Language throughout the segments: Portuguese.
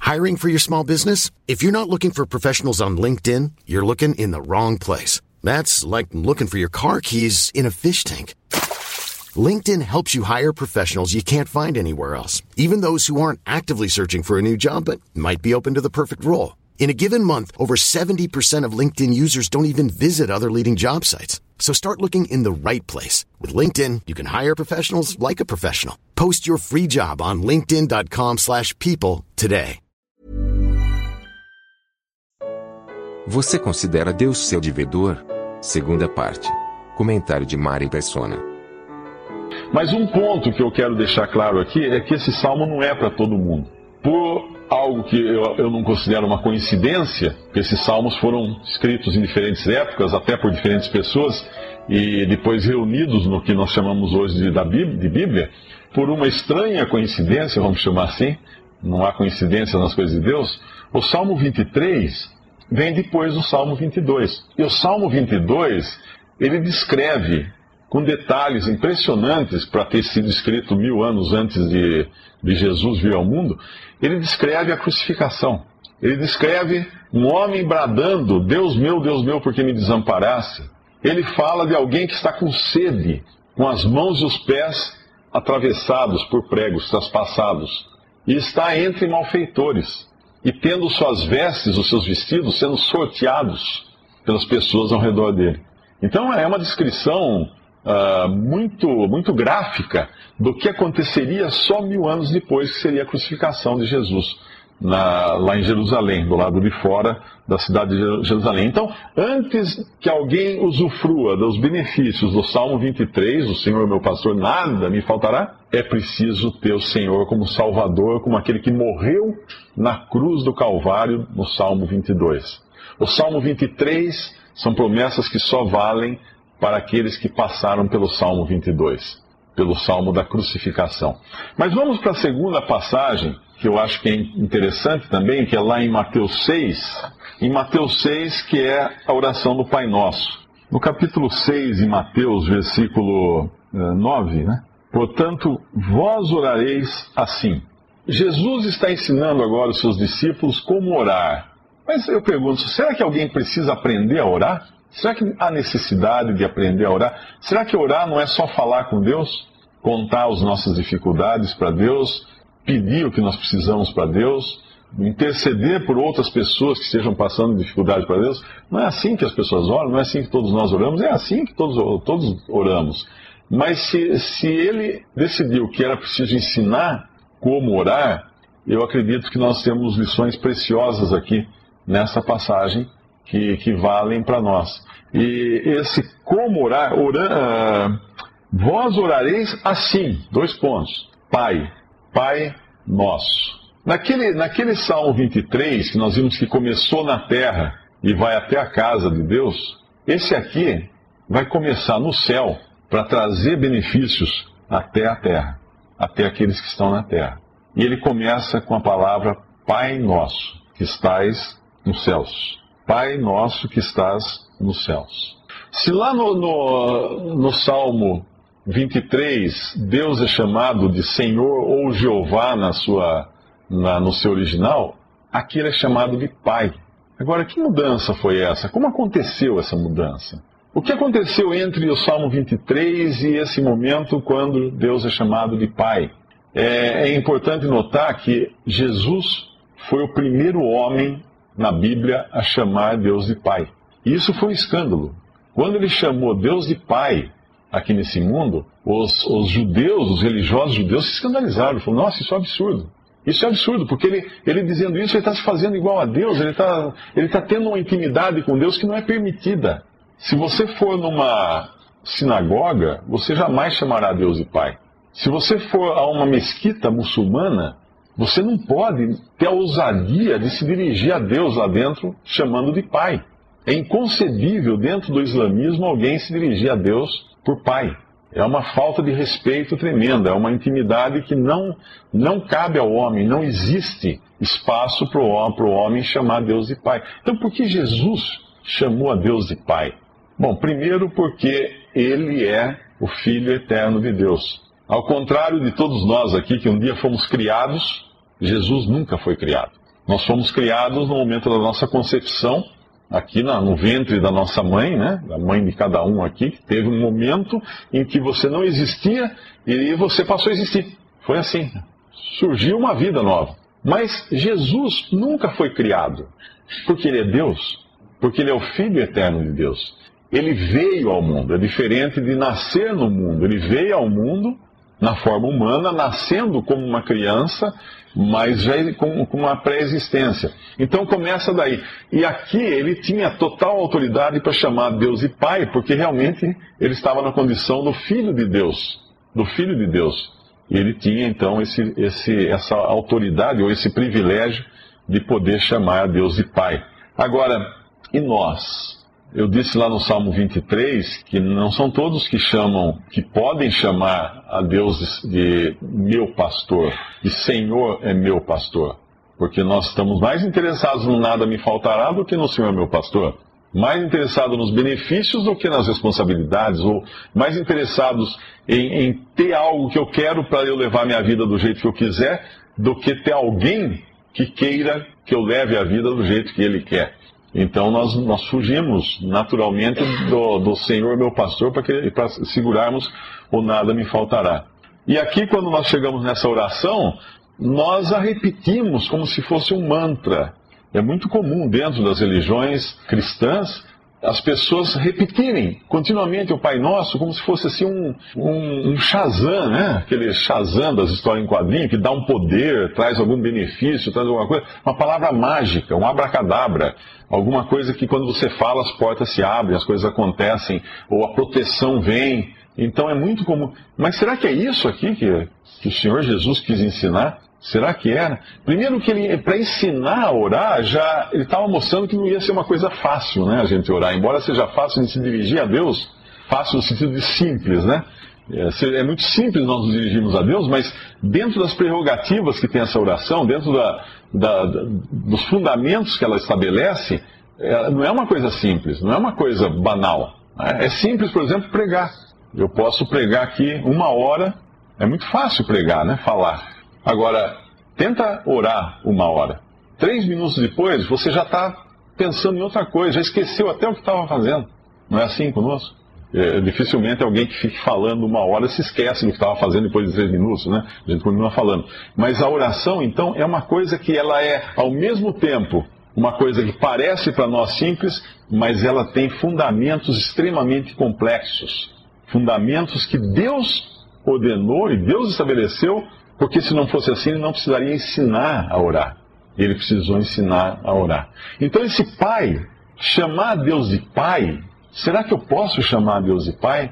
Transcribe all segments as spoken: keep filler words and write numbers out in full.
Hiring for your small business? If you're not looking for professionals on LinkedIn, you're looking in the wrong place. That's like looking for your car keys in a fish tank. LinkedIn helps you hire professionals you can't find anywhere else, even those who aren't actively searching for a new job but might be open to the perfect role. In a given month, over seventy percent of LinkedIn users don't even visit other leading job sites. So start looking in the right place. With LinkedIn, you can hire professionals like a professional. Post your free job on linkedin dot com slash people today. Você considera Deus seu devedor? Segunda parte. Comentário de Mari Persona. Mas um ponto que eu quero deixar claro aqui é que esse salmo não é para todo mundo. Por algo que eu, eu não considero uma coincidência, que esses salmos foram escritos em diferentes épocas, até por diferentes pessoas, e depois reunidos no que nós chamamos hoje de, da Bíblia, de Bíblia, por uma estranha coincidência, vamos chamar assim, não há coincidência nas coisas de Deus, o Salmo vinte e três vem depois do Salmo vinte e dois. E o Salmo vinte e dois, ele descreve com detalhes impressionantes, para ter sido escrito mil anos antes de, de Jesus vir ao mundo, ele descreve a crucificação. Ele descreve um homem bradando, Deus meu, Deus meu, por que me desamparaste? Ele fala de alguém que está com sede, com as mãos e os pés atravessados por pregos, traspassados, e está entre malfeitores, e tendo suas vestes, os seus vestidos, sendo sorteados pelas pessoas ao redor dele. Então é uma descrição Uh, muito, muito gráfica do que aconteceria só mil anos depois, que seria a crucificação de Jesus, na, lá em Jerusalém, do lado de fora da cidade de Jerusalém. Então, antes que alguém usufrua dos benefícios do Salmo vinte e três, o Senhor é meu pastor, nada me faltará, é preciso ter o Senhor como Salvador, como aquele que morreu na cruz do Calvário, no Salmo vinte e dois. O Salmo vinte e três são promessas que só valem para aqueles que passaram pelo Salmo vinte e dois, pelo Salmo da crucificação. Mas vamos para a segunda passagem, que eu acho que é interessante também, que é lá em Mateus seis, em Mateus seis, que é a oração do Pai Nosso. No capítulo seis, em Mateus, versículo nove, né? Portanto, vós orareis assim. Jesus está ensinando agora os seus discípulos como orar. Mas eu pergunto, será que alguém precisa aprender a orar? Será que há necessidade de aprender a orar? Será que orar não é só falar com Deus? Contar as nossas dificuldades para Deus? Pedir o que nós precisamos para Deus? Interceder por outras pessoas que estejam passando dificuldade para Deus? Não é assim que as pessoas oram? Não é assim que todos nós oramos? É assim que todos, todos oramos. Mas se, se ele decidiu que era preciso ensinar como orar, eu acredito que nós temos lições preciosas aqui nessa passagem que, que valem para nós. E esse como orar, orar uh, vós orareis assim, dois pontos, Pai, Pai Nosso. Naquele, naquele Salmo vinte e três, que nós vimos que começou na terra e vai até a casa de Deus, esse aqui vai começar no céu para trazer benefícios até a terra, até aqueles que estão na terra. E ele começa com a palavra Pai Nosso, que estais nos céus. Pai Nosso que estás nos céus. Se lá no, no, no Salmo vinte e três, Deus é chamado de Senhor ou Jeová na sua, na, no seu original, aqui ele é chamado de Pai. Agora, que mudança foi essa? Como aconteceu essa mudança? O que aconteceu entre o Salmo vinte e três e esse momento quando Deus é chamado de Pai? É, é importante notar que Jesus foi o primeiro homem na Bíblia a chamar Deus de Pai. E isso foi um escândalo. Quando ele chamou Deus de Pai aqui nesse mundo, os, os judeus, os religiosos judeus se escandalizaram. Falaram, nossa, isso é um absurdo. Isso é absurdo, porque ele, ele dizendo isso, ele está se fazendo igual a Deus, ele está ele tá tendo uma intimidade com Deus que não é permitida. Se você for numa sinagoga, você jamais chamará Deus de Pai. Se você for a uma mesquita muçulmana, você não pode ter a ousadia de se dirigir a Deus lá dentro chamando de Pai. É inconcebível dentro do islamismo alguém se dirigir a Deus por Pai. É uma falta de respeito tremenda, é uma intimidade que não, não cabe ao homem, não existe espaço para o homem chamar Deus de Pai. Então por que Jesus chamou a Deus de Pai? Bom, primeiro porque Ele é o Filho eterno de Deus. Ao contrário de todos nós aqui que um dia fomos criados, Jesus nunca foi criado. Nós fomos criados no momento da nossa concepção, aqui na, no ventre da nossa mãe, né? A mãe de cada um aqui, que teve um momento em que você não existia e você passou a existir. Foi assim. Surgiu uma vida nova. Mas Jesus nunca foi criado, porque Ele é Deus, porque Ele é o Filho eterno de Deus. Ele veio ao mundo, é diferente de nascer no mundo. Ele veio ao mundo na forma humana, nascendo como uma criança, mas já com, com uma pré-existência. Então começa daí. E aqui ele tinha total autoridade para chamar Deus de Pai, porque realmente ele estava na condição do Filho de Deus, do Filho de Deus. E ele tinha então esse, esse, essa autoridade ou esse privilégio de poder chamar a Deus de Pai. Agora, e nós? Eu disse lá no Salmo vinte e três que não são todos que chamam, que podem chamar a Deus de, de meu pastor, e Senhor é meu pastor. Porque nós estamos mais interessados no nada me faltará do que no Senhor meu pastor. Mais interessados nos benefícios do que nas responsabilidades, ou mais interessados em, em ter algo que eu quero para eu levar minha vida do jeito que eu quiser, do que ter alguém que queira que eu leve a vida do jeito que ele quer. Então nós, nós fugimos naturalmente do, do Senhor meu pastor para segurarmos o nada me faltará. E aqui quando nós chegamos nessa oração, nós a repetimos como se fosse um mantra. É muito comum dentro das religiões cristãs as pessoas repetirem continuamente o Pai Nosso como se fosse assim um, um, um Shazam, né? Aquele Shazam das histórias em quadrinho que dá um poder, traz algum benefício, traz alguma coisa. Uma palavra mágica, um abracadabra. Alguma coisa que quando você fala as portas se abrem, as coisas acontecem, ou a proteção vem. Então é muito comum. Mas será que é isso aqui que, que o Senhor Jesus quis ensinar? Será que era? Primeiro que ele, para ensinar a orar, já ele estava mostrando que não ia ser uma coisa fácil, né, a gente orar. Embora seja fácil de se dirigir a Deus, fácil no sentido de simples, né? É, é muito simples nós nos dirigirmos a Deus, mas dentro das prerrogativas que tem essa oração, dentro da, da, da, dos fundamentos que ela estabelece, é, não é uma coisa simples, não é uma coisa banal. Né? É simples, por exemplo, pregar. Eu posso pregar aqui uma hora, é muito fácil pregar, né? Falar. Agora, tenta orar uma hora. Três minutos depois, você já está pensando em outra coisa, já esqueceu até o que estava fazendo. Não é assim conosco? É, dificilmente alguém que fique falando uma hora se esquece do que estava fazendo depois de três minutos, né? A gente continua falando. Mas a oração, então, é uma coisa que ela é, ao mesmo tempo, uma coisa que parece para nós simples, mas ela tem fundamentos extremamente complexos. Fundamentos que Deus ordenou e Deus estabeleceu, porque se não fosse assim, ele não precisaria ensinar a orar. Ele precisou ensinar a orar. Então esse Pai, chamar Deus de Pai, será que eu posso chamar Deus de Pai?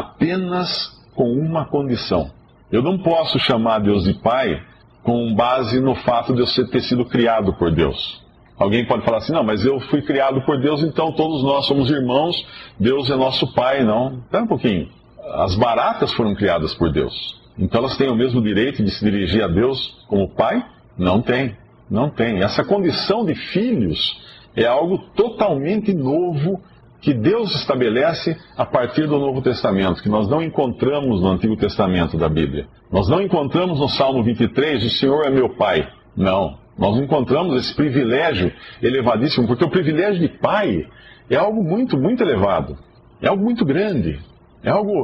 Apenas com uma condição. Eu não posso chamar Deus de Pai com base no fato de eu ter sido criado por Deus. Alguém pode falar assim, não, mas eu fui criado por Deus, então todos nós somos irmãos, Deus é nosso Pai. Não, espera um pouquinho. As baratas foram criadas por Deus. Então elas têm o mesmo direito de se dirigir a Deus como Pai? Não tem, não tem. Essa condição de filhos é algo totalmente novo que Deus estabelece a partir do Novo Testamento, que nós não encontramos no Antigo Testamento da Bíblia. Nós não encontramos no Salmo vinte e três, o Senhor é meu Pai. Não, nós encontramos esse privilégio elevadíssimo, porque o privilégio de Pai é algo muito, muito elevado, é algo muito grande. É algo...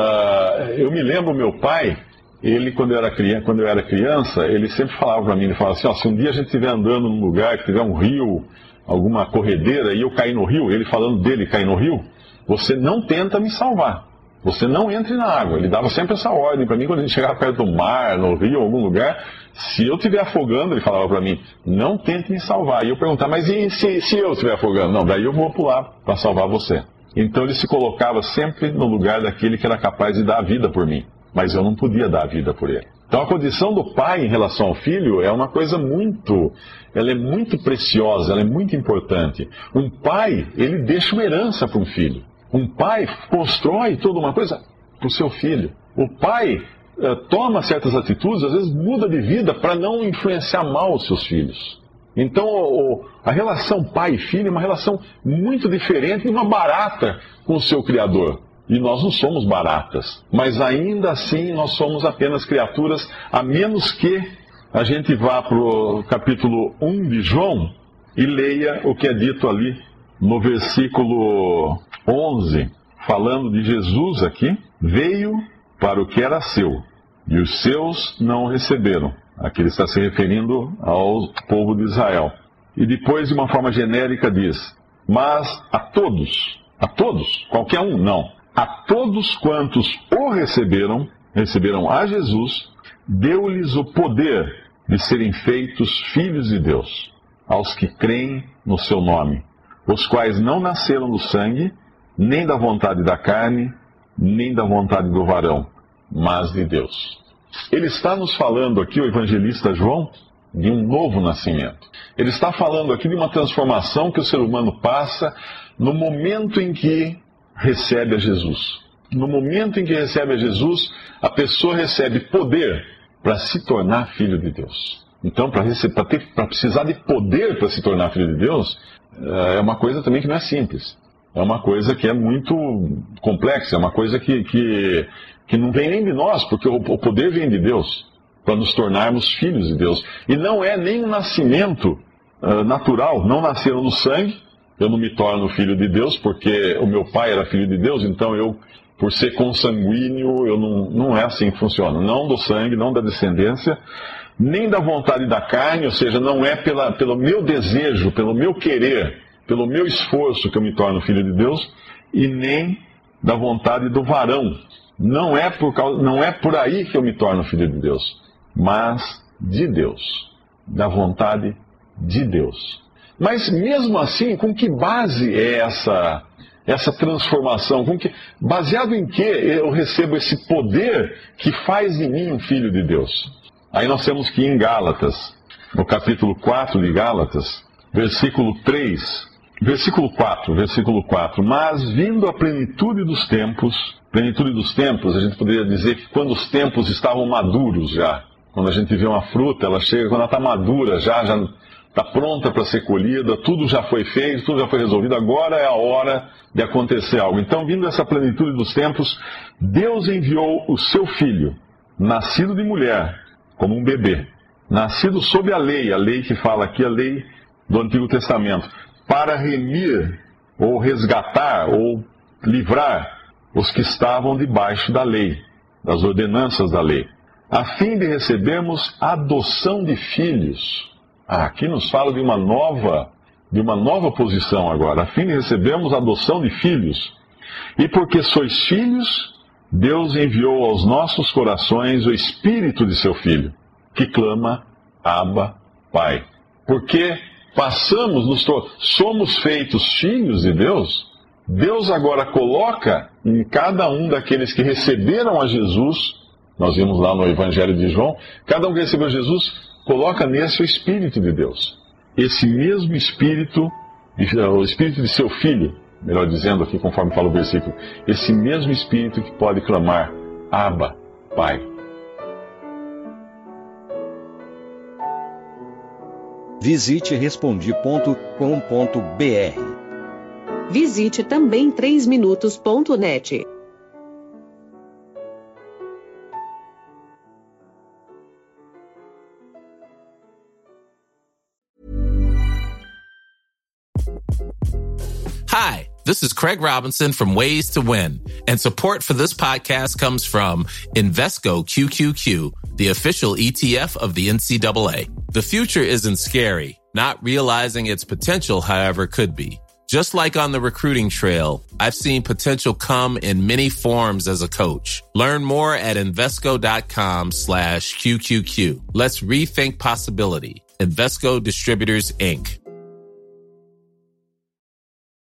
Uh, eu me lembro, meu pai, ele, quando eu era criança, quando eu era criança ele sempre falava para mim, ele falava assim, ó, se um dia a gente estiver andando num lugar que tiver um rio, alguma corredeira, e eu cair no rio, ele falando dele cair no rio, você não tenta me salvar, você não entre na água. Ele dava sempre essa ordem para mim, quando a gente chegava perto do mar, no rio, algum lugar, se eu estiver afogando, ele falava para mim, não tente me salvar. E eu perguntava, mas e se, se eu estiver afogando? Não, daí eu vou pular para salvar você. Então ele se colocava sempre no lugar daquele que era capaz de dar a vida por mim. Mas eu não podia dar a vida por ele. Então a condição do pai em relação ao filho é uma coisa muito... Ela é muito preciosa, ela é muito importante. Um pai, ele deixa uma herança para um filho. Um pai constrói toda uma coisa para o seu filho. O pai eh, toma certas atitudes, às vezes muda de vida para não influenciar mal os seus filhos. Então, o, a relação pai e filho é uma relação muito diferente de uma barata com o seu Criador. E nós não somos baratas, mas ainda assim nós somos apenas criaturas, a menos que a gente vá para o capítulo um de João e leia o que é dito ali no versículo onze, falando de Jesus aqui. Veio para o que era seu, e os seus não o receberam. Aqui ele está se referindo ao povo de Israel. E depois, de uma forma genérica, diz: mas a todos, a todos, qualquer um, não, a todos quantos o receberam, receberam a Jesus, deu-lhes o poder de serem feitos filhos de Deus, aos que creem no seu nome, os quais não nasceram do sangue, nem da vontade da carne, nem da vontade do varão, mas de Deus. Ele está nos falando aqui, o evangelista João, de um novo nascimento. Ele está falando aqui de uma transformação que o ser humano passa no momento em que recebe a Jesus. No momento em que recebe a Jesus, a pessoa recebe poder para se tornar filho de Deus. Então, para precisar de poder para se tornar filho de Deus, é uma coisa também que não é simples. É uma coisa que é muito complexa, é uma coisa que, que, que não vem nem de nós, porque o, o poder vem de Deus, para nos tornarmos filhos de Deus. E não é nem um nascimento uh, natural, não nasceram no sangue. Eu não me torno filho de Deus porque o meu pai era filho de Deus, então eu, por ser consanguíneo, eu não, não é assim que funciona. Não do sangue, não da descendência, nem da vontade da carne, ou seja, não é pela, pelo meu desejo, pelo meu querer, pelo meu esforço que eu me torno filho de Deus, e nem da vontade do varão. Não é por causa, não é por aí que eu me torno filho de Deus, mas de Deus, da vontade de Deus. Mas mesmo assim, com que base é essa, essa transformação? Com que, baseado em que eu recebo esse poder que faz de mim um filho de Deus? Aí nós temos que ir em Gálatas, no capítulo quatro de Gálatas, versículo três, versículo quatro, versículo quatro. Mas vindo a plenitude dos tempos, plenitude dos tempos, a gente poderia dizer que quando os tempos estavam maduros já, quando a gente vê uma fruta, ela chega, quando ela está madura já, já está pronta para ser colhida, tudo já foi feito, tudo já foi resolvido, agora é a hora de acontecer algo. Então, vindo essa plenitude dos tempos, Deus enviou o seu Filho, nascido de mulher, como um bebê, nascido sob a lei, a lei que fala aqui, a lei do Antigo Testamento, para remir, ou resgatar, ou livrar os que estavam debaixo da lei, das ordenanças da lei, a fim de recebermos adoção de filhos. Ah, aqui nos fala de uma nova, de uma nova posição agora, a fim de recebermos adoção de filhos. E porque sois filhos, Deus enviou aos nossos corações o Espírito de seu Filho, que clama, Abba, Pai. Porque passamos, nos to- somos feitos filhos de Deus, Deus agora coloca em cada um daqueles que receberam a Jesus, nós vimos lá no Evangelho de João, cada um que recebeu Jesus, coloca nesse o Espírito de Deus. Esse mesmo Espírito, o Espírito de seu Filho, melhor dizendo aqui conforme fala o versículo, esse mesmo Espírito que pode clamar, Abba, Pai. Visite respondi ponto com ponto br. Visite também três minutos ponto net. Hi, this is Craig Robinson from Ways to Win, and support for this podcast comes from Invesco Q Q Q, the official E T F of the N C double A. The future isn't scary. Not realizing its potential, however, could be. Just like on the recruiting trail, I've seen potential come in many forms as a coach. Learn more at Invesco.com slash QQQ. Let's rethink possibility. Invesco Distributors, Incorporated.